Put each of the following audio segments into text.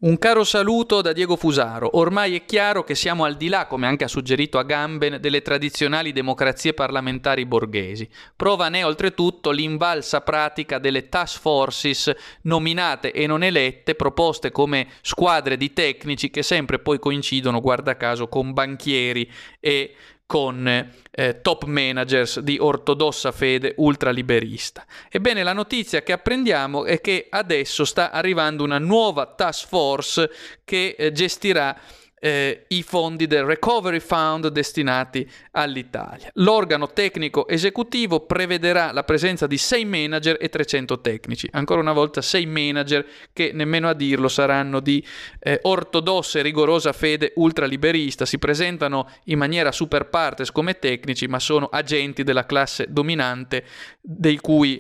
Un caro saluto da Diego Fusaro. Ormai è chiaro che siamo al di là, come anche ha suggerito Agamben, delle tradizionali democrazie parlamentari borghesi. Prova ne è oltretutto l'invalsa pratica delle task forces nominate e non elette, proposte come squadre di tecnici che sempre poi coincidono, guarda caso, con banchieri e con top managers di ortodossa fede ultraliberista. Ebbene, la notizia che apprendiamo è che adesso sta arrivando una nuova task force che gestirà i fondi del Recovery Fund destinati all'Italia. L'organo tecnico esecutivo prevederà la presenza di 6 manager e 300 tecnici. Ancora una volta 6 manager che, nemmeno a dirlo, saranno di ortodossa e rigorosa fede ultraliberista, si presentano in maniera super partes come tecnici, ma sono agenti della classe dominante dei cui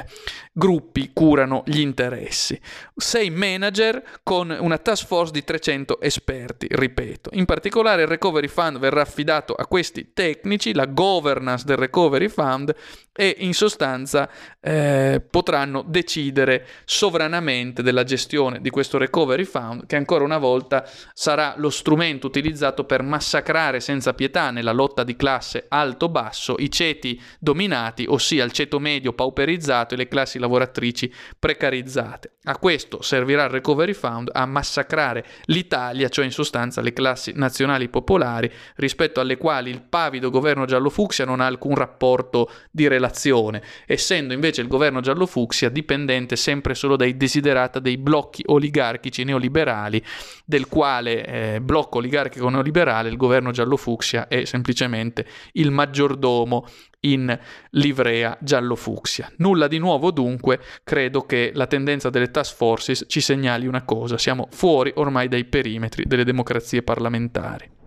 gruppi curano gli interessi. 6 manager con una task force di 300 esperti, ripeto. In particolare il Recovery Fund verrà affidato a questi tecnici, la governance del Recovery Fund, e in sostanza potranno decidere sovranamente della gestione di questo Recovery Fund, che ancora una volta sarà lo strumento utilizzato per massacrare senza pietà nella lotta di classe alto-basso i ceti dominati, ossia il ceto medio pauperizzato e le classi lavoratrici precarizzate. A questo servirà il Recovery Fund, a massacrare l'Italia, cioè in sostanza le classi nazionali popolari, rispetto alle quali il pavido governo giallo-fucsia non ha alcun rapporto di relazione, essendo invece il governo giallo-fucsia dipendente sempre solo dai desiderata dei blocchi oligarchici neoliberali, del quale blocco oligarchico neoliberale il governo giallo-fucsia è semplicemente il maggiordomo in livrea giallo-fucsia. Nulla di nuovo dunque, credo che la tendenza delle task forces ci segnali una cosa: siamo fuori ormai dai perimetri delle democrazie parlamentari.